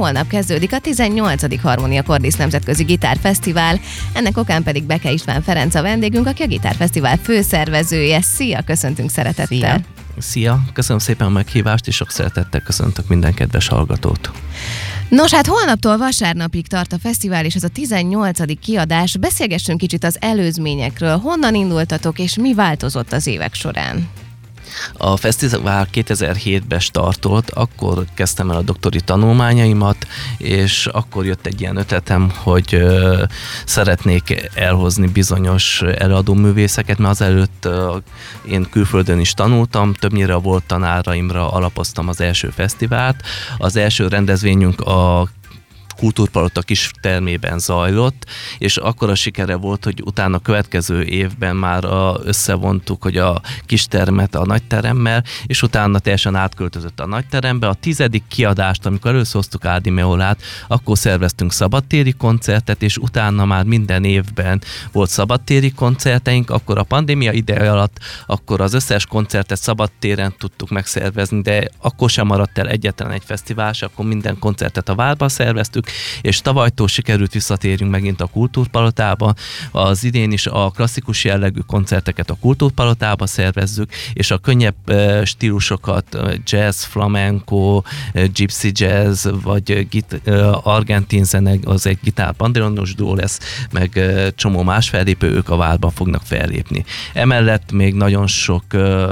holnap kezdődik a 18. Harmónia Cordis Nemzetközi Gitárfesztivál. Ennek okán pedig Beke István Ferenc a vendégünk, aki a Gitárfesztivál főszervezője. Szia, köszöntünk szeretettel! Szia, köszönöm szépen a meghívást, és sok szeretettel köszöntök minden kedves hallgatót. Nos, hát holnaptól vasárnapig tart a fesztivál, és ez a 18. kiadás. Beszélgessünk kicsit az előzményekről. Honnan indultatok, és mi változott az évek során? A fesztivál 2007-ben startolt, akkor kezdtem el a doktori tanulmányaimat, és akkor jött egy ilyen ötletem, hogy szeretnék elhozni bizonyos előadóművészeket, mert azelőtt én külföldön is tanultam, többnyire a volt tanáraimra alapoztam az első fesztivált. Az első rendezvényünk a Kultúrpalota kis termében zajlott, és akkora sikere volt, hogy utána a következő évben már összevontuk, hogy a kis termet a nagyteremmel, és utána teljesen átköltözött a nagyterembe. A 10. kiadást, amikor először hoztuk Ádi Meolát, akkor szerveztünk szabadtéri koncertet, és utána már minden évben volt szabadtéri koncerteink, akkor a pandémia ideje alatt akkor az összes koncertet szabadtéren tudtuk megszervezni, de akkor sem maradt el egyetlen egy fesztivál, és akkor minden koncertet a Várban szerveztük, és tavalytól sikerült visszatérjünk megint a Kultúrpalotába. Az idén is a klasszikus jellegű koncerteket a Kultúrpalotába szervezzük, és a könnyebb stílusokat, jazz, flamenco, gypsy jazz, vagy argentin zene, az egy gitár-banderonos duó lesz, meg csomó más fellépő, ők a Várban fognak fellépni. Emellett még nagyon sok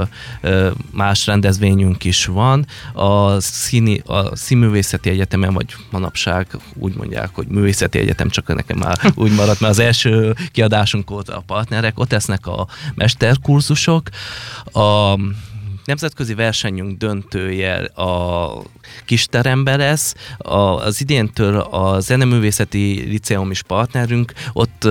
más rendezvényünk is van. A Színművészeti Egyetemen, vagy manapság úgy mondják, hogy művészeti egyetem, csak nekem már úgy maradt, mert az első kiadásunk volt a partnerek, ott lesznek a mesterkurzusok, a nemzetközi versenyünk döntője a kisteremben lesz, az idéntől a Zeneművészeti Liceum is partnerünk, ott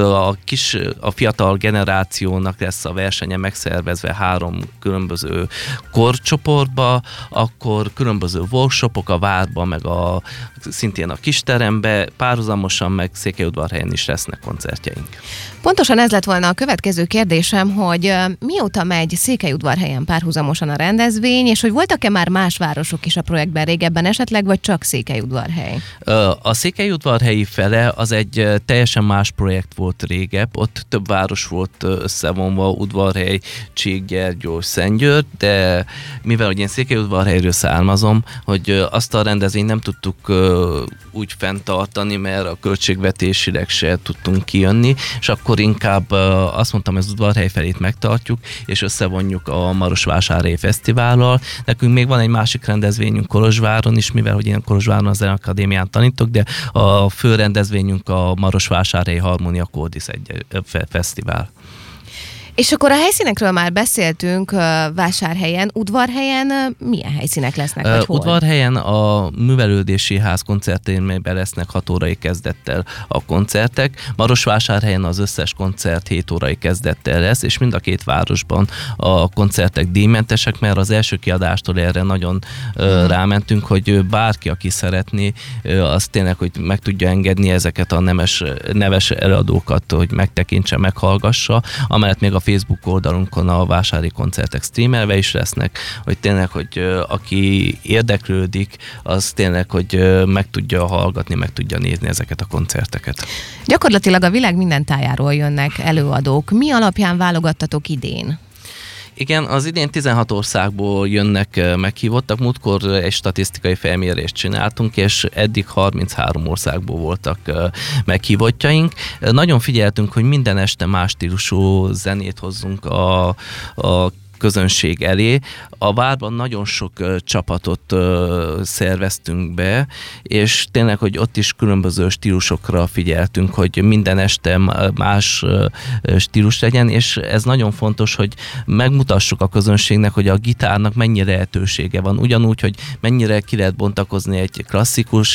a fiatal generációnak lesz a versenye megszervezve 3 különböző korcsoportba, akkor különböző workshopok a Várban, meg szintén a kisteremben, párhuzamosan meg Székelyudvarhelyen is lesznek koncertjeink. Pontosan ez lett volna a következő kérdésem, hogy mióta megy Székelyudvarhelyen párhuzamosan a rendezvény, és hogy voltak-e már más városok is a projektben régebben esetleg, vagy csak Székelyudvarhely? A Székelyudvarhelyi fele az egy teljesen más projekt volt régebb, ott több város volt összevonva, Udvarhely, Csíkgyergyó, Szentgyörgy, de mivel hogy én Székelyudvarhelyről származom, hogy azt a rendezvényt nem tudtuk úgy fenntartani, mert a költségvetésileg se tudtunk kijönni, és akkor inkább azt mondtam, hogy az Udvarhely felét megtartjuk, és összevonjuk a Marosvásárhelyi Fesztivállal. Nekünk még van egy másik rendezvényünk Kolozsváron is, mivel hogy én Kolozsváron az Zeneakadémián tanítok, de a fő rendezvényünk a Marosvásárhelyi Harmónia Cordis Fesztivál. És akkor a helyszínekről már beszéltünk Vásárhelyen, Udvarhelyen milyen helyszínek lesznek, vagy hol? Udvarhelyen a Művelődési Ház koncerttermében lesznek 6 órai kezdettel a koncertek, Marosvásárhelyen az összes koncert 7 órai kezdettel lesz, és mind a két városban a koncertek díjmentesek, mert az első kiadástól erre nagyon rámentünk, hogy bárki, aki szeretné, az tényleg, hogy meg tudja engedni ezeket a neves előadókat, hogy megtekintse, meghallgassa, amellett még a Facebook oldalunkon a vásári koncertek streamelve is lesznek, hogy tényleg, hogy aki érdeklődik, az tényleg, hogy meg tudja hallgatni, meg tudja nézni ezeket a koncerteket. Gyakorlatilag a világ minden tájáról jönnek előadók. Mi alapján válogattatok idén? Igen, az idén 16 országból jönnek meghívottak, múltkor egy statisztikai felmérést csináltunk, és eddig 33 országból voltak meghívottjaink. Nagyon figyeltünk, hogy minden este más stílusú zenét hozzunk a közönség elé. A Várban nagyon sok csapatot szerveztünk be, és tényleg, hogy ott is különböző stílusokra figyeltünk, hogy minden este más stílus legyen, és ez nagyon fontos, hogy megmutassuk a közönségnek, hogy a gitárnak mennyi lehetősége van. Ugyanúgy, hogy mennyire ki lehet bontakozni egy klasszikus,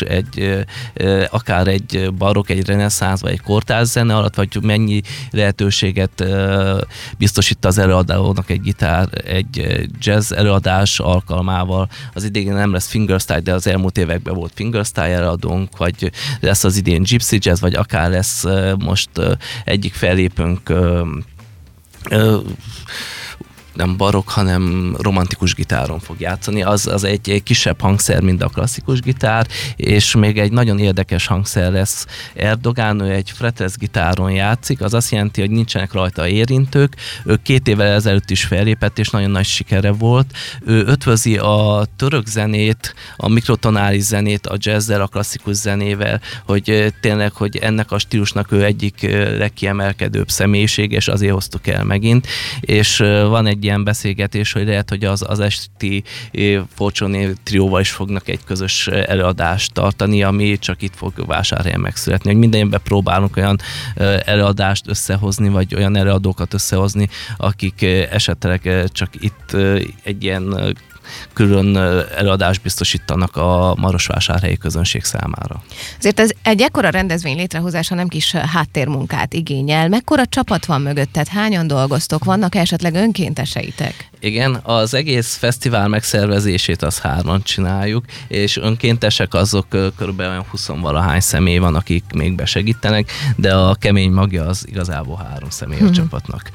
akár egy barokk, egy reneszánsz, vagy egy kortárs zene alatt, vagy mennyi lehetőséget biztosít az előadónak egy gitár, egy jazz előadás alkalmával. Az idén nem lesz fingerstyle, de az elmúlt években volt fingerstyle előadónk, vagy lesz az idén gypsy jazz, vagy akár lesz most egyik fellépőnk nem barokk, hanem romantikus gitáron fog játszani. Az egy kisebb hangszer, mint a klasszikus gitár, és még egy nagyon érdekes hangszer lesz. Erdogán, ő egy fretless gitáron játszik, az azt jelenti, hogy nincsenek rajta érintők. Ő 2 évvel ezelőtt is fellépett, és nagyon nagy sikere volt. Ő ötvözi a török zenét, a mikrotonális zenét, a jazzzel, a klasszikus zenével, hogy tényleg, hogy ennek a stílusnak ő egyik legkiemelkedőbb személyiség, és azért hoztuk el megint. És van egy ilyen beszélgetés, hogy lehet, hogy az esti Forcsóné trióval is fognak egy közös előadást tartani, ami csak itt fog Vásárhelyen megszületni. Hogy minden évben próbálunk olyan előadást összehozni, vagy olyan előadókat összehozni, akik esetleg csak itt egy ilyen külön előadást biztosítanak a marosvásárhelyi közönség számára. Azért ez egy ekkora rendezvény létrehozása nem kis háttérmunkát igényel. Mekkora csapat van mögötted? Hányan dolgoztok? Vannak esetleg önkénteseitek? Igen, az egész fesztivál megszervezését az 3-an csináljuk, és önkéntesek azok körülbelül olyan 20-valahány személy van, akik még besegítenek, de a kemény magja az igazából 3 személy a csapatnak.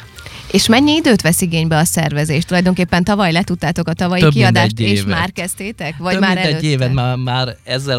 És mennyi időt vesz igénybe a szervezés? Tulajdonképpen tavaly letudtátok a tavalyi kiadást, és már kezdtétek? Vagy már előtte? Egy évet már ezzel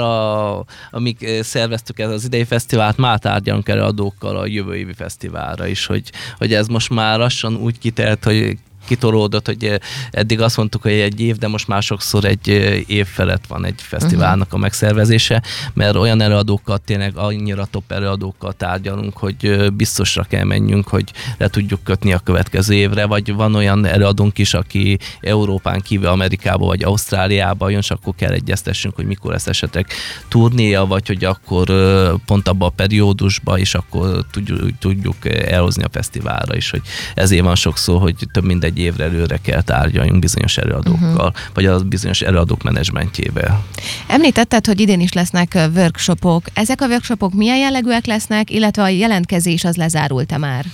amíg szerveztük az idei fesztivált, már tárgyalunk előadókkal a jövő évi fesztiválra is, hogy ez most már lassan úgy kitelt, hogy kitolódott, hogy eddig azt mondtuk, hogy egy év, de most már sokszor egy év felett van egy fesztiválnak a megszervezése, mert olyan előadókkal, tényleg annyira top előadókkal tárgyalunk, hogy biztosra kell menjünk, hogy le tudjuk kötni a következő évre, vagy van olyan előadónk is, aki Európán kívül Amerikába vagy Ausztráliába jön, és akkor kell egyeztessünk, hogy mikor lesz esetleg turnéja, vagy hogy akkor pont abban a periódusban, és akkor tudjuk elhozni a fesztiválra is, hogy ezért van sokszor, hogy több mint egy évre előre kell tárgyaljunk bizonyos előadókkal, vagy a bizonyos előadók menedzsmentjével. Említetted, hogy idén is lesznek workshopok. Ezek a workshopok milyen jellegűek lesznek, illetve a jelentkezés az lezárult-e már?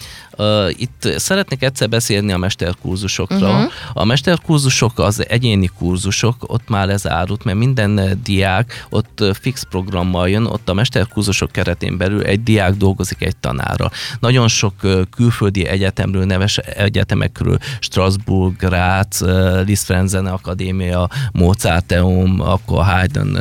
Itt szeretnék egyszer beszélni a mesterkurzusokra. A mesterkurzusok az egyéni kurzusok, ott már lezárult, mert minden diák ott fix programmal jön, ott a mesterkurzusok keretén belül egy diák dolgozik egy tanárral. Nagyon sok külföldi egyetemről, neves egyetemekről, Strasbourg, Graz, Liszt Ferenc Zeneakadémia, Mozarteum, akkor Haydn,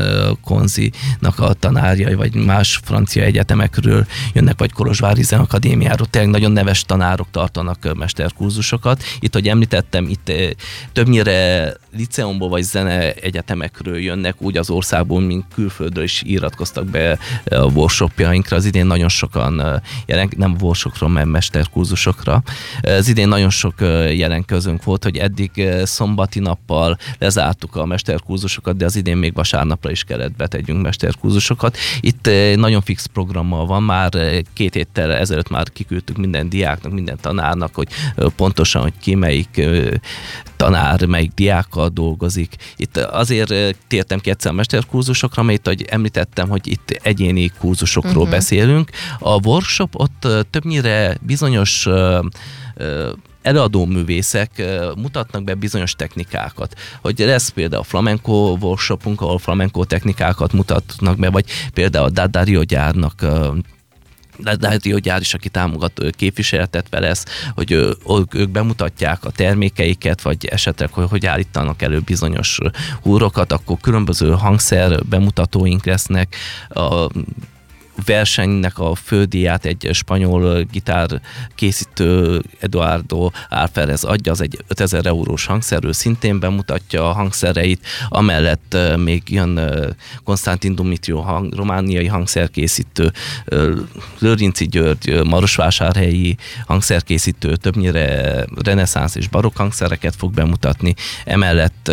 Konzinak a tanárjai, vagy más francia egyetemekről jönnek, vagy Kolozsvári Zeneakadémiáról, tényleg nagyon neves tanárok tartanak mesterkurzusokat. Itt, hogy említettem, itt többnyire liceumból vagy zene egyetemekről jönnek, úgy az országból, mint külföldről is iratkoztak be a workshopjainkra. Az idén nagyon sokan nem workshopokra, mert mesterkurzusokra. Az idén nagyon sok jelentkezőnk volt, hogy eddig szombati nappal lezártuk a mesterkurzusokat, de az idén még vasárnapra is kellett betegyünk mesterkurzusokat. Itt nagyon fix programmal van, már 2 héttel ezelőtt már kiküldtük minden diáknak, minden tanárnak, hogy pontosan, hogy ki melyik tanár, melyik diákkal dolgozik. Itt azért tértem ki egyszer a mesterkurzusokra, mert itt, hogy említettem, hogy itt egyéni kurzusokról beszélünk. A workshop ott többnyire bizonyos előadóművészek mutatnak be bizonyos technikákat. Hogy lesz például a flamenco workshopunk, ahol flamenco technikákat mutatnak be, vagy például a Daddario gyárnak Daddario gyár is, aki támogató képviseletet lesz, hogy ők bemutatják a termékeiket, vagy esetleg, hogy állítanak elő bizonyos húrokat, akkor különböző hangszer bemutatóink lesznek. A versenynek a fődíját egy spanyol gitárkészítő Eduardo Alferez adja, az egy 5000 eurós hangszerről, szintén bemutatja a hangszereit, amellett még jön Konstantin Dumitrió, romániai hangszerkészítő, Lőrinci György, marosvásárhelyi hangszerkészítő, többnyire reneszánsz és barokk hangszereket fog bemutatni, emellett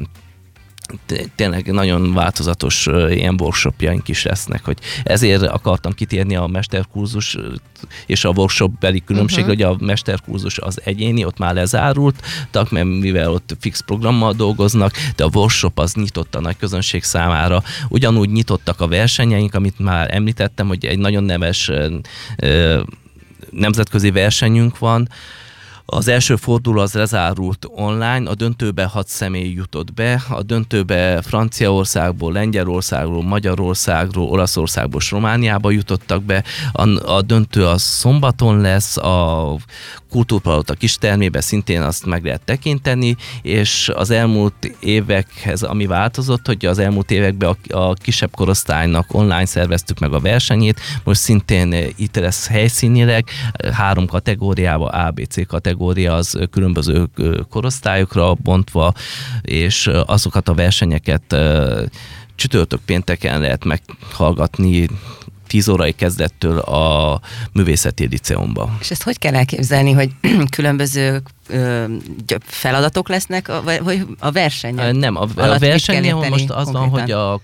tényleg nagyon változatos ilyen workshopjaink is lesznek, hogy ezért akartam kitérni a mesterkurzus és a workshop beli különbség, hogy a mesterkurzus az egyéni, ott már lezárult, mert mivel ott fix programmal dolgoznak, de a workshop az nyitott a nagy közönség számára. Ugyanúgy nyitottak a versenyeink, amit már említettem, hogy egy nagyon neves nemzetközi versenyünk van, Az első forduló az lezárult online, a döntőbe 6 személy jutott be, a döntőbe Franciaországból, Lengyelországról, Magyarországról, Olaszországból és Romániába jutottak be. A döntő az szombaton lesz, a Kultúrpalota Kistermébe szintén azt meg lehet tekinteni, és az elmúlt évekhez, ami változott, hogy az elmúlt években a kisebb korosztálynak online szerveztük meg a versenyét, most szintén itt lesz helyszínileg, 3 kategóriába, A, B, C kategória, az különböző korosztályokra bontva, és azokat a versenyeket csütörtök pénteken lehet meghallgatni 10 órai kezdettől a Művészeti Liceumban. És ezt hogy kell elképzelni, hogy különböző feladatok lesznek, vagy a versenyen? Nem, a versenyen most az konkrétan van,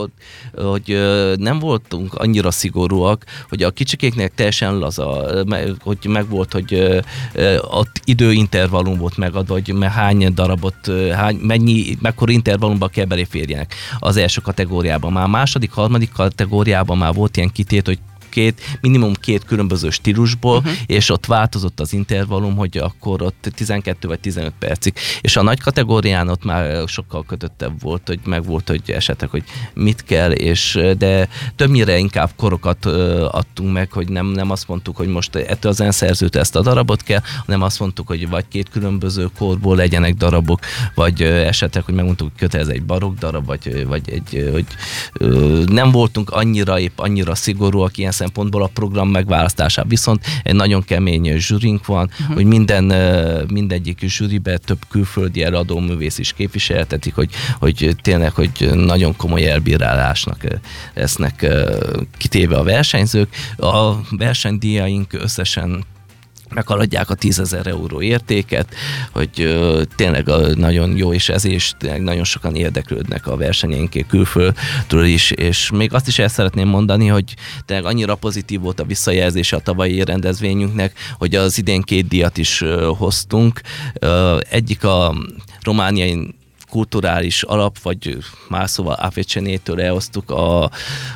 hogy nem voltunk annyira szigorúak, hogy a kicsikéknek teljesen laza, hogy megvolt, hogy ott időintervallum volt megadva, hogy hány darabot, mekkora intervallumban kell beleférjenek az első kategóriában. Már a második, harmadik kategóriában már volt ilyen kitét, hogy minimum 2 különböző stílusból, és ott változott az intervallum, hogy akkor ott 12 vagy 15 percig. És a nagy kategórián ott már sokkal kötöttebb volt, hogy megvolt, hogy esetleg, hogy mit kell, de többnyire inkább korokat adtunk meg, hogy nem azt mondtuk, hogy most ettől a zeneszerzőtől ezt a darabot kell, hanem azt mondtuk, hogy vagy 2 különböző korból legyenek darabok, vagy esetleg, hogy megmondtuk, hogy kötelez egy barokk darab, vagy hogy nem voltunk annyira szigorúak ilyen szempontból a program megválasztásában. Viszont egy nagyon kemény zsűrink van, hogy mindegyik zsűribe több külföldi előadó művész is képviseltetik, hogy tényleg, hogy nagyon komoly elbírálásnak lesznek kitéve a versenyzők. A versenydíjaink összesen meghaladják a 10 000 euró értéket, hogy tényleg nagyon jó, és ezért is nagyon sokan érdeklődnek a versenyeinkért külföldről is, és még azt is el szeretném mondani, hogy tényleg annyira pozitív volt a visszajelzése a tavalyi rendezvényünknek, hogy az idén 2 díjat is hoztunk. Egyik a romániai kulturális alap, vagy más szóval AFC-nétől elhoztuk a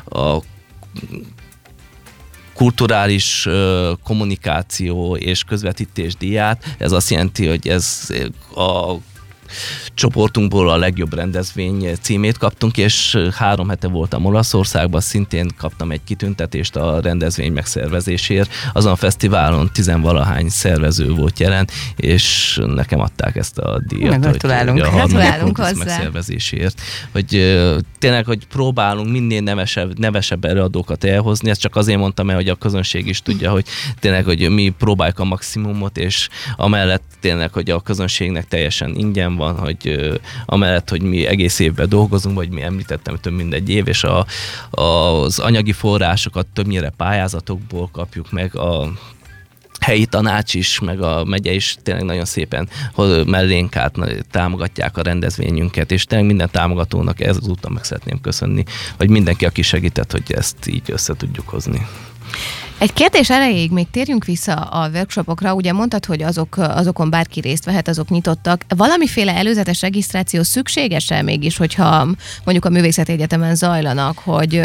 kulturális kommunikáció és közvetítés díját. Ez azt jelenti, hogy ez a csoportunkból a legjobb rendezvény címét kaptunk, és 3 hete voltam Olaszországban, szintén kaptam egy kitüntetést a rendezvény megszervezésért. Azon a fesztiválon 10-valahány szervező volt jelen, és nekem adták ezt a díjat. Gratulálunk. A Gratulálunk hozzá. Megszervezésért. Hogy tényleg, hogy próbálunk minél nevesebb előadókat elhozni, ezt csak azért mondtam el, hogy a közönség is tudja, hogy tényleg, hogy mi próbáljuk a maximumot, és amellett tényleg, hogy a közönségnek teljesen ingyen van, hogy amellett, hogy mi egész évben dolgozunk, vagy mi említettem, több mint egy év, és az anyagi forrásokat többnyire pályázatokból kapjuk meg, a helyi tanács is, meg a megye is tényleg nagyon szépen mellénk át támogatják a rendezvényünket, és tényleg minden támogatónak ezúttal meg szeretném köszönni, hogy mindenki, aki segített, hogy ezt így össze tudjuk hozni. Egy kérdés erejéig még térjünk vissza a workshopokra. Ugye mondtad, hogy azokon bárki részt vehet, azok nyitottak. Valamiféle előzetes regisztráció szükséges-e mégis, hogyha mondjuk a Művészeti Egyetemen zajlanak, hogy...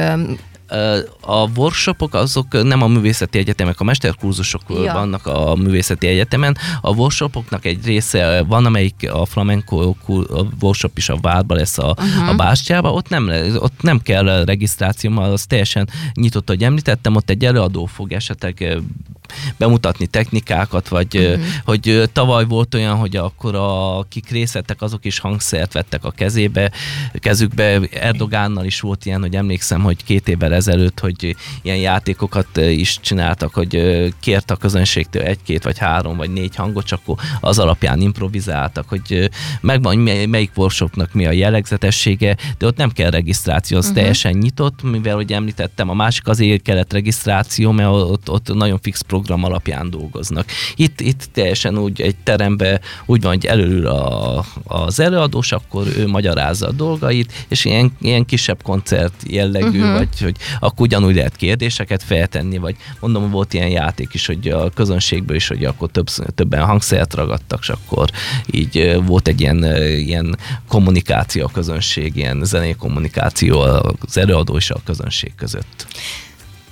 A workshopok azok nem a Művészeti Egyetemek, a mesterkurzusok vannak a Művészeti Egyetemen. A workshopoknak egy része van, amelyik a flamenco workshop is a Várban lesz a Bástyában. Ott nem kell regisztráció, az teljesen nyitott, hogy említettem, ott egy előadó fog esetleg bemutatni technikákat, vagy hogy tavaly volt olyan, hogy akkor akik részt vettek, azok is hangszert vettek a kezükbe. Erdogánnal is volt ilyen, hogy emlékszem, hogy 2 évvel ezelőtt, hogy ilyen játékokat is csináltak, hogy kért a közönségtől 1, 2 vagy 3 vagy 4 hangot, csak akkor az alapján improvizáltak, hogy megvan, melyik workshopnak mi a jellegzetessége, de ott nem kell regisztráció, az teljesen nyitott, mivel, hogy említettem, a másik azért kellett regisztráció, mert ott nagyon fix program alapján dolgoznak. Itt teljesen úgy egy teremben úgy van, hogy előül az előadós, akkor ő magyarázza a dolgait, és ilyen kisebb koncert jellegű, vagy hogy akkor ugyanúgy lehet kérdéseket feltenni, vagy mondom, volt ilyen játék is, hogy a közönségből is, hogy akkor többen hangszert ragadtak, és akkor így volt egy ilyen kommunikáció a közönség, ilyen zenei kommunikáció az előadó és a közönség között.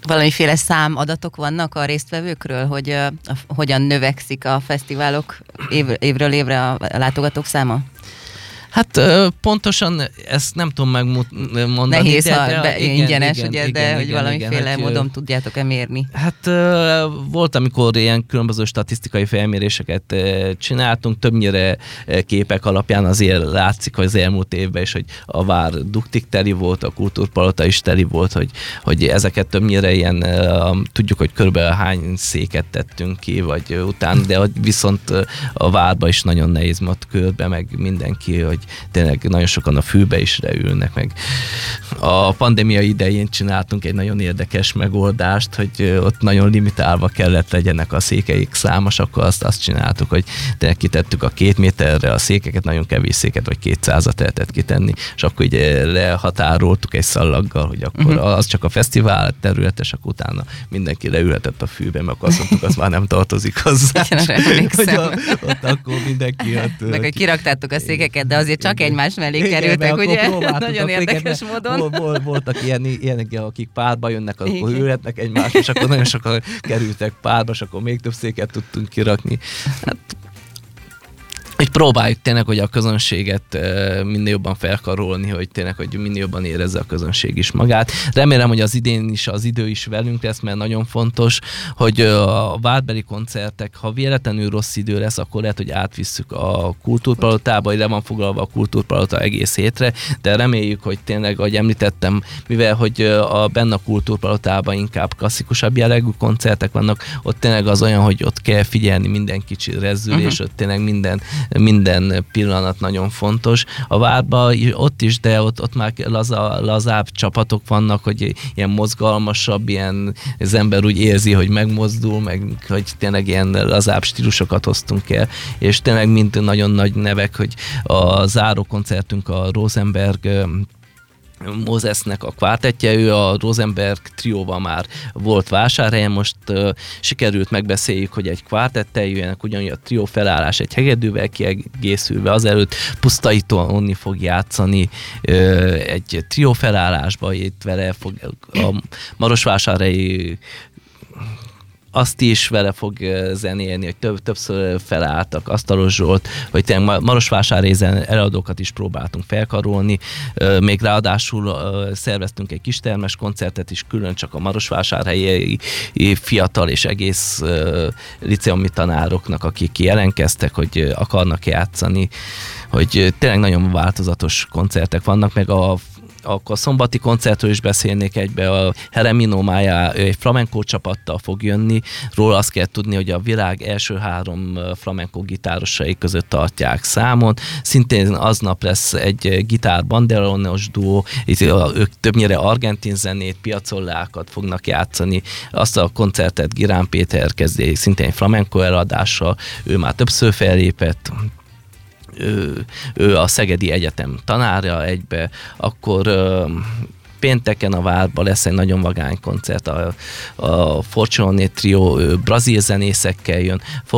Valamiféle számadatok vannak a résztvevőkről, hogy hogyan növekszik a fesztiválok évről évre a látogatók száma? Hát pontosan ezt nem tudom megmondani. Nehéz, ingyenes, ugye, de hogy valamiféle módon tudjátok-e mérni? Hát volt, amikor ilyen különböző statisztikai felméréseket csináltunk, többnyire képek alapján azért látszik, hogy az elmúlt évben is, hogy a vár dugtig teli volt, a kultúrpalota is teli volt, hogy ezeket többnyire ilyen, tudjuk, hogy körülbelül hány széket tettünk ki, vagy után, de viszont a várba is nagyon nehéz ott körbe, meg mindenki, hogy tényleg nagyon sokan a fűbe is leülnek meg. A pandémia idején csináltunk egy nagyon érdekes megoldást, hogy ott nagyon limitálva kellett legyenek a székeik számos, akkor azt csináltuk, hogy tényleg kitettük a 2 méterre a székeket, nagyon kevés széket, vagy 200-at lehetett kitenni, és akkor így lehatároltuk egy szallaggal, hogy akkor az csak a fesztivál területes, akkor utána mindenki leülhetett a fűbe, meg azt mondtuk, az már nem tartozik hozzá. Hogy ott akkor mindenki meg hogy kiraktátok a székeket, de azért csak egymás mellé kerültek, ugye? Nagyon érdekes módon. Voltak ilyenek, akik párba jönnek, akkor ülhetnek egymást, és akkor nagyon sokan kerültek párba, és akkor még több széket tudtunk kirakni. Hát, hogy próbáljuk tényleg, hogy a közönséget minél jobban felkarolni, hogy tényleg, hogy minél jobban érezze a közönség is magát. Remélem, hogy az idén is az idő is velünk lesz, mert nagyon fontos, hogy a várbeli koncertek, ha véletlenül rossz idő lesz, akkor lehet, hogy átvisszük a kultúrpalotába, hogy le van foglalva a kultúrpalota egész hétre, de reméljük, hogy tényleg, ahogy említettem, mivel hogy benne a kultúrpalotában inkább klasszikusabb jellegű koncertek vannak, ott tényleg az olyan, hogy ott kell figyelni minden kicsi rezzülés, ott tényleg minden pillanat nagyon fontos. A várban ott is, de ott már lazább csapatok vannak, hogy ilyen mozgalmasabb, ilyen az ember úgy érzi, hogy megmozdul, meg hogy tényleg ilyen lazább stílusokat hoztunk el, és tényleg mind nagyon nagy nevek, hogy a záró koncertünk a Rosenberg Mózesnek a kvártettje, ő a Rosenberg trióval már volt Vásárhelyen, most sikerült megbeszéljük, hogy egy kvártettel jöjjenek, ugyanúgy a trió felállás egy hegedűvel kiegészülve, azelőtt Pusztai Tóni fog játszani egy trió felállásba, itt vele fog a Marosvásárhelyi azt is vele fog zenélni, hogy többször felálltak, Asztalos Zsolt, hogy tényleg Marosvásárhelyi előadókat is próbáltunk felkarolni, még ráadásul szerveztünk egy kistermes koncertet is, külön csak a marosvásárhelyi fiatal és egész liceumi tanároknak, akik jelentkeztek, hogy akarnak játszani, hogy tényleg nagyon változatos koncertek vannak, meg akkor a szombati koncertről is beszélnék egybe, a Heremino Mája egy flamenco csapattal fog jönni, róla azt kell tudni, hogy a világ első 3 flamenco gitárosai között tartják számon, szintén aznap lesz egy gitár-banderonos duó, ők többnyire argentin zenét, piacollákat fognak játszani, azt a koncertet Girán Péter kezdi szintén flamenco eladással, ő már többször fellépett, ő a Szegedi Egyetem tanára egybe, akkor pénteken a várban lesz egy nagyon vagány koncert, a Forcione Trio brazil zenészekkel jön,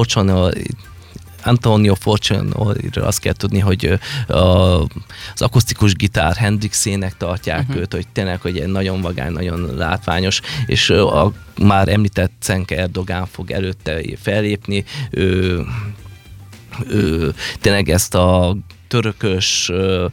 Antonio Forcione-ről azt kell tudni, hogy az akusztikus gitár Hendrixének tartják őt, hogy tényleg, hogy egy nagyon vagány, nagyon látványos, és a már említett Cenke Erdogán fog előtte fellépni, tényleg ezt a törökös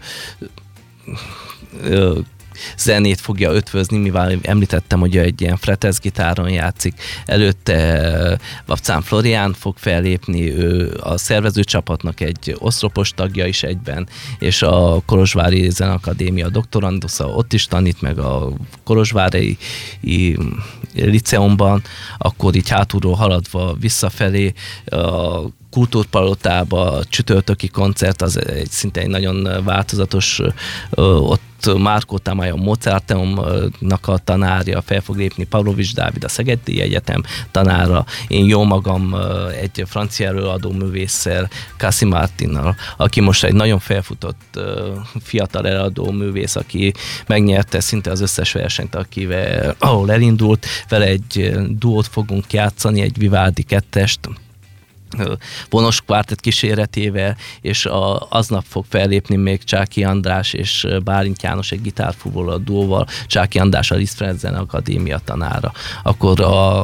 zenét fogja ötvözni, mivel említettem, hogy egy ilyen fretez gitáron játszik. Előtte Vapcán Florián fog fellépni, ő a szervezőcsapatnak egy oszlopos tagja is egyben, és a Kolozsvári Zenakadémia doktorandusza ott is tanít meg a Kolozsvári liceumban, akkor így hátulról haladva visszafelé a Kultúrpalotába a csütörtöki koncert, az szinte egy nagyon változatos, ott Márkó Tamály a Mozarteumnak a tanárja, fel fog lépni Pavlovics Dávid a Szegedi Egyetem tanára, én jó magam egy francia előadó művésszel, Cassie Martinnal, aki most egy nagyon felfutott fiatal előadó művész, aki megnyerte szinte az összes versenyt, ahol elindult, vele egy duót fogunk játszani, egy Vivaldi 2-est, vonos kvártett kíséretével, és aznap fog fellépni még Csáky András és Bálint János egy gitárfúvóval, duóval, Csáky András a Liszt Ferenc Zeneakadémia tanára. Akkor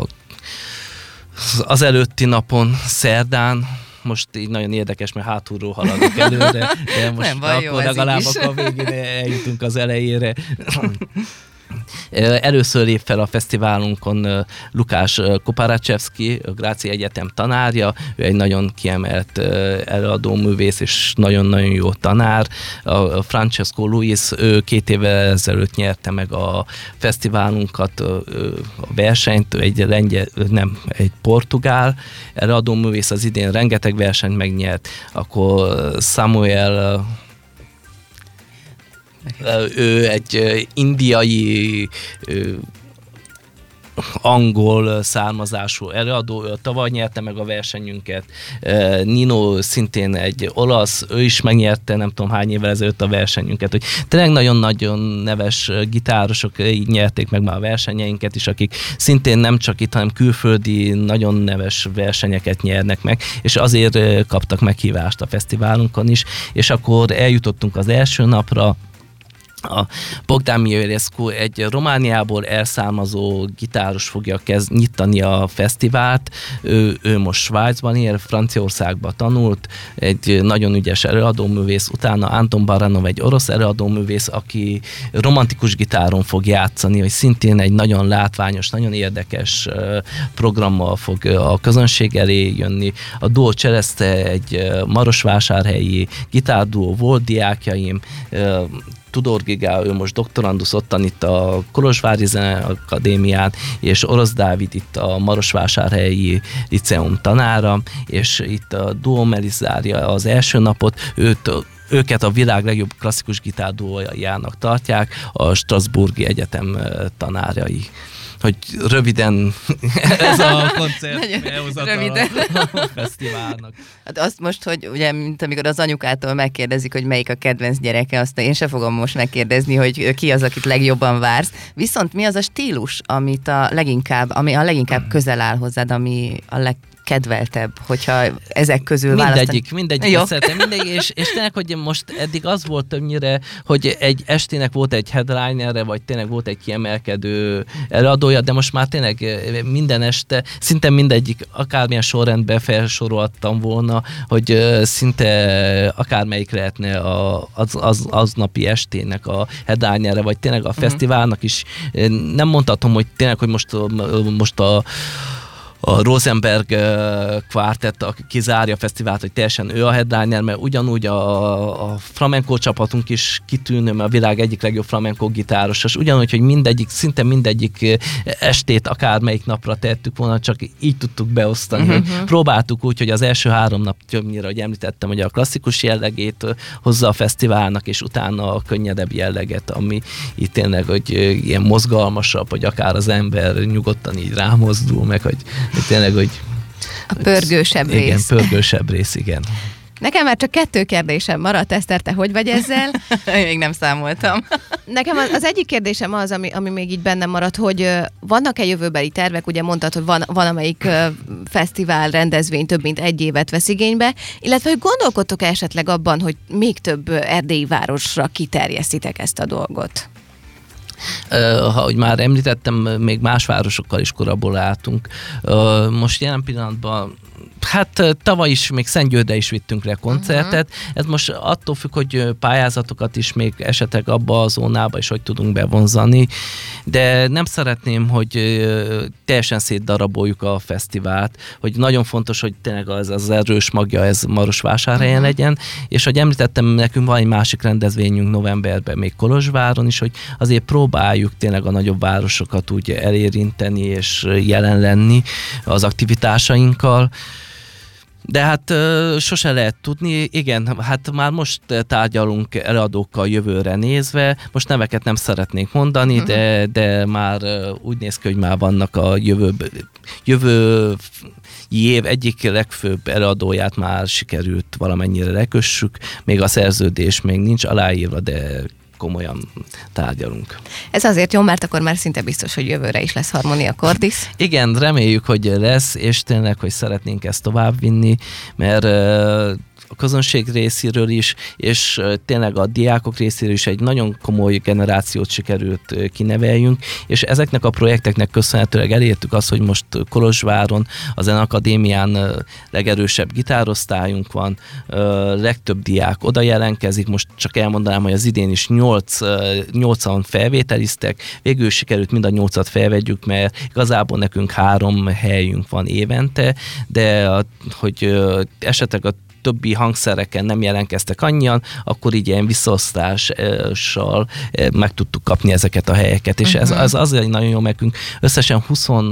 az előtti napon, szerdán, most így nagyon érdekes, mert hátulról haladok előre, de most nem baj, akkor legalább a végén eljutunk az elejére. Először lép fel a fesztiválunkon Lukács Koparácsevszki, a Gráci Egyetem tanárja, ő egy nagyon kiemelt előadóművész és nagyon-nagyon jó tanár. A Francesco Luis, ő 2 évvel ezelőtt nyerte meg a fesztiválunkat, a versenyt, egy portugál előadóművész, az idén rengeteg versenyt megnyert, akkor Samuel, ő egy indiai, angol származású előadó, ő tavaly nyerte meg a versenyünket. Nino szintén egy olasz, ő is megnyerte nem tudom hány évvel ezelőtt a versenyünket. Hogy tényleg nagyon-nagyon neves gitárosok így nyerték meg már a versenyeinket is, akik szintén nem csak itt, hanem külföldi nagyon neves versenyeket nyernek meg, és azért kaptak meghívást a fesztiválunkon is, és akkor eljutottunk az első napra. A Bogdan Mihailescu egy Romániából elszármazó gitáros fogja nyitani a fesztivált. Ő most Svájcban él, Franciaországban tanult, egy nagyon ügyes előadóművész, utána Anton Baranov egy orosz előadóművész, aki romantikus gitáron fog játszani, hogy szintén egy nagyon látványos, nagyon érdekes programmal fog a közönség elé jönni. A duó Csereszte egy marosvásárhelyi gitárduó, volt diákjaim, Tudor Giga, ő most doktorandusz ottan itt a Kolozsvári Zeneakadémián, és Orosz Dávid itt a Marosvásárhelyi Liceum tanára, és itt a Duo Melis zárja az első napot, őket a világ legjobb klasszikus gitárduójának tartják, a Strasbourgi Egyetem tanárai. Hogy röviden ez a koncert elhozatala a fesztiválnak. Hát azt most, hogy ugye, mint amikor az anyukától megkérdezik, hogy melyik a kedvenc gyereke, azt én se fogom most megkérdezni, hogy ki az, akit legjobban vársz. Viszont mi az a stílus, ami a leginkább közel áll hozzád, ami a legkedveltebb, hogyha ezek közül választani? Mindegyik szeretem, és tényleg, hogy most eddig az volt többnyire, hogy egy estének volt egy headlinerre, vagy tényleg volt egy kiemelkedő előadója, de most már tényleg minden este, szinte mindegyik, akármilyen sorrendben felsorolhattam volna, hogy szinte akármelyik lehetne az napi estének a headlinerre, vagy tényleg a fesztiválnak is. Nem mondhatom, hogy tényleg, hogy most a Rosenberg kvártett, aki kizárja a fesztivált, hogy teljesen ő a headliner, mert ugyanúgy a flamenco csapatunk is kitűnő, mert a világ egyik legjobb flamenco gitáros, és ugyanúgy, hogy szinte mindegyik estét akármelyik napra tettük volna, csak így tudtuk beosztani. Hogy próbáltuk úgy, hogy az első 3 nap többnyire, hogy említettem, hogy a klasszikus jellegét hozza a fesztiválnak, és utána a könnyedebb jelleget, ami itt tényleg, hogy ilyen mozgalmasabb, hogy akár az ember nyugodtan így rámozdul, meg hogy tényleg, hogy a pörgősebb rész. Igen, pörgősebb rész, igen. Nekem már csak 2 kérdésem maradt, Eszter, te hogy vagy ezzel? Még nem számoltam. Nekem az egyik kérdésem az, ami még így bennem maradt, hogy vannak-e jövőbeli tervek, ugye mondtad, hogy van amelyik fesztivál, rendezvény több mint 1 évet vesz igénybe, illetve hogy gondolkodtok esetleg abban, hogy még több erdélyi városra kiterjesztitek ezt a dolgot? Ahogy már említettem, még más városokkal is kollaboráltunk. Most jelen pillanatban tavaly is, még Szentgyőrre is vittünk le koncertet. Ez most attól függ, hogy pályázatokat is még esetleg abba a zónába is hogy tudunk bevonzani, de nem szeretném, hogy teljesen szétdaraboljuk a fesztivált, hogy nagyon fontos, hogy tényleg az erős magja ez Marosvásárhelyen legyen, és hogy említettem, nekünk van egy másik rendezvényünk novemberben még Kolozsváron is, hogy azért próbáljuk tényleg a nagyobb városokat úgy elérinteni és jelen lenni az aktivitásainkkal. De hát sose lehet tudni, igen, hát már most tárgyalunk előadókkal jövőre nézve, most neveket nem szeretnék mondani, de már úgy néz ki, hogy már vannak a jövő év egyik legfőbb előadóját már sikerült valamennyire lekössük, még a szerződés még nincs aláírva, de komolyan tárgyalunk. Ez azért jó, mert akkor már szinte biztos, hogy jövőre is lesz Harmonia Cordis. Igen, reméljük, hogy lesz, és tényleg, hogy szeretnénk ezt továbbvinni, mert a közönség részéről is, és tényleg a diákok részéről is egy nagyon komoly generációt sikerült kineveljünk, és ezeknek a projekteknek köszönhetőleg elértük azt, hogy most Kolozsváron, a Zeneakadémián legerősebb gitárosztályunk van, legtöbb diák oda jelentkezik, most csak elmondanám, hogy az idén is 8-an felvételiztek, végül sikerült mind a 8-at felvegyük, mert igazából nekünk 3 helyünk van évente, de hogy esetleg a többi hangszereken nem jelentkeztek annyian, akkor így ilyen visszaosztással meg tudtuk kapni ezeket a helyeket, és ez azért nagyon jó, nekünk összesen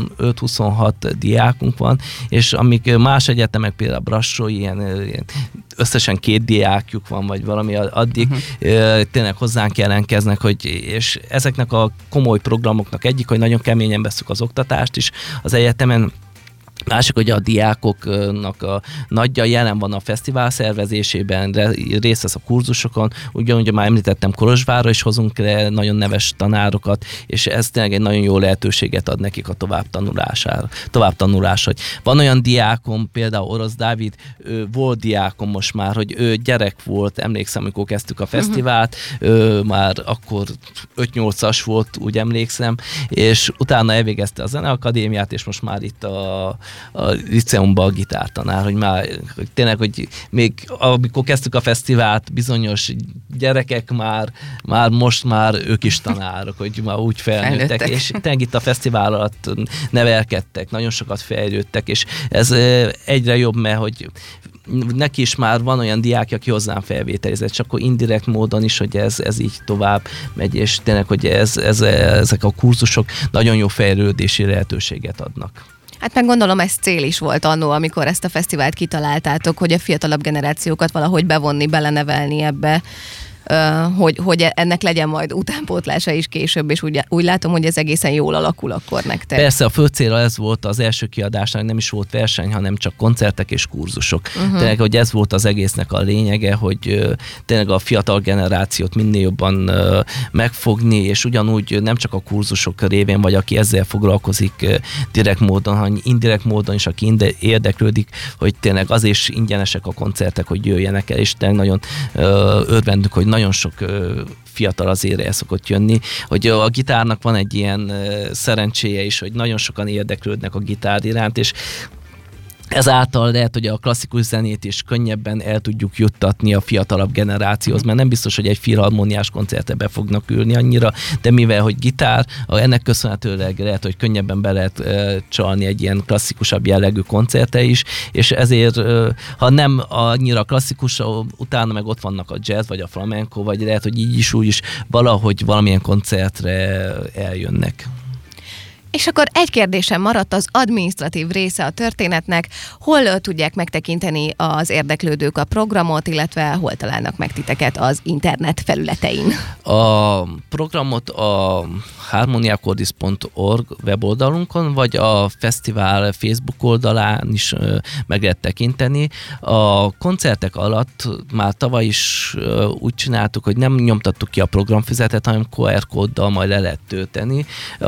25-26 diákunk van, és amíg más egyetemek, például Brassó, ilyen összesen 2 diákjuk van, vagy valami, addig tényleg hozzánk jelentkeznek, és ezeknek a komoly programoknak egyik, hogy nagyon keményen vesszük az oktatást is az egyetemen. Másik, hogy a diákoknak a nagyja jelen van a fesztivál szervezésében, részt vesz a kurzusokon, ugyanúgy már említettem, Kolozsvárra is hozunk le nagyon neves tanárokat, és ez tényleg egy nagyon jó lehetőséget ad nekik a továbbtanulásra. Van olyan diákom, például Orosz Dávid, volt diákom most már, hogy ő gyerek volt, emlékszem, amikor kezdtük a fesztivált, már akkor 5-8-as volt, úgy emlékszem, és utána elvégezte a Zeneakadémiát, és most már itt a liceumban a gitártanár, hogy már hogy tényleg, hogy még amikor kezdtük a fesztivált, bizonyos gyerekek most már ők is tanárok, hogy már úgy felnőttek, és tényleg itt a fesztivál alatt nevelkedtek, nagyon sokat fejlődtek, és ez egyre jobb, mert hogy neki is már van olyan diákja, aki hozzám felvételizett, csak akkor indirekt módon is, hogy ez így tovább megy, és tényleg, hogy ezek a kurzusok nagyon jó fejlődési lehetőséget adnak. Hát meg gondolom, ez cél is volt annó, amikor ezt a fesztivált kitaláltátok, hogy a fiatalabb generációkat valahogy bevonni, belenevelni ebbe, hogy ennek legyen majd utánpótlása is később, és úgy látom, hogy ez egészen jól alakul akkor nektek. Persze, a fő cél ez volt az első kiadásnak, nem is volt verseny, hanem csak koncertek és kurzusok. Tényleg, hogy ez volt az egésznek a lényege, hogy tényleg a fiatal generációt minél jobban megfogni, és ugyanúgy nem csak a kurzusok révén, vagy aki ezzel foglalkozik direkt módon, hanem indirekt módon is, aki érdeklődik, hogy tényleg azért is ingyenesek a koncertek, hogy jöjjenek el, és tényleg nagyon örvendünk, hogy nagyon sok fiatal azért el szokott jönni, hogy a gitárnak van egy ilyen szerencséje is, hogy nagyon sokan érdeklődnek a gitár iránt, és ezáltal lehet, hogy a klasszikus zenét is könnyebben el tudjuk juttatni a fiatalabb generációhoz, mert nem biztos, hogy egy filharmóniás koncertre be fognak ülni annyira, de mivel, hogy gitár, ennek köszönhetőleg lehet, hogy könnyebben be lehet csalni egy ilyen klasszikusabb jellegű koncerte is, és ezért, ha nem annyira klasszikus, utána meg ott vannak a jazz, vagy a flamenco, vagy lehet, hogy így is, úgy is valahogy valamilyen koncertre eljönnek. És akkor egy kérdésem maradt, az adminisztratív része a történetnek. Hol tudják megtekinteni az érdeklődők a programot, illetve hol találnak meg titeket az internet felületein? A programot a harmoniacordis.org weboldalunkon, vagy a fesztivál Facebook oldalán is meg lehet tekinteni. A koncertek alatt már tavaly is úgy csináltuk, hogy nem nyomtattuk ki a programfüzetet, hanem QR kóddal majd le lehet tölteni.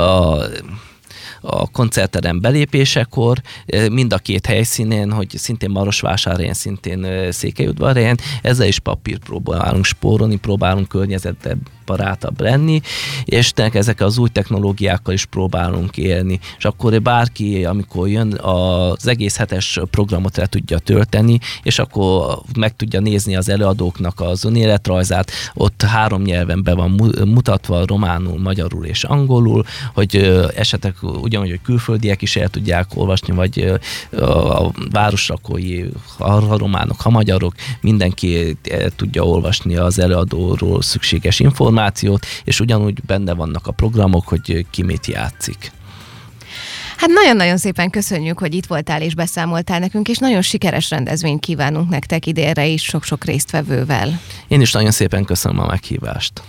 A koncertterem belépésekor, mind a 2 helyszínen, hogy szintén Marosvásárhelyen, szintén Székelyudvarhelyen, ezzel is papírt próbálunk spórolni, próbálunk környezetbarátabb lenni, és ezek az új technológiákkal is próbálunk élni. És akkor bárki, amikor jön, az egész hetes programot le tudja tölteni, és akkor meg tudja nézni az előadóknak az önéletrajzát, ott 3 nyelven be van mutatva, románul, magyarul és angolul, hogy esetleg ugyanúgy, hogy külföldiek is el tudják olvasni, vagy a városlakói, ha románok, ha magyarok, mindenki el tudja olvasni az előadóról szükséges információt, és ugyanúgy benne vannak a programok, hogy ki mit játszik. Hát nagyon-nagyon szépen köszönjük, hogy itt voltál és beszámoltál nekünk, és nagyon sikeres rendezvényt kívánunk nektek idénre is sok-sok résztvevővel. Én is nagyon szépen köszönöm a meghívást.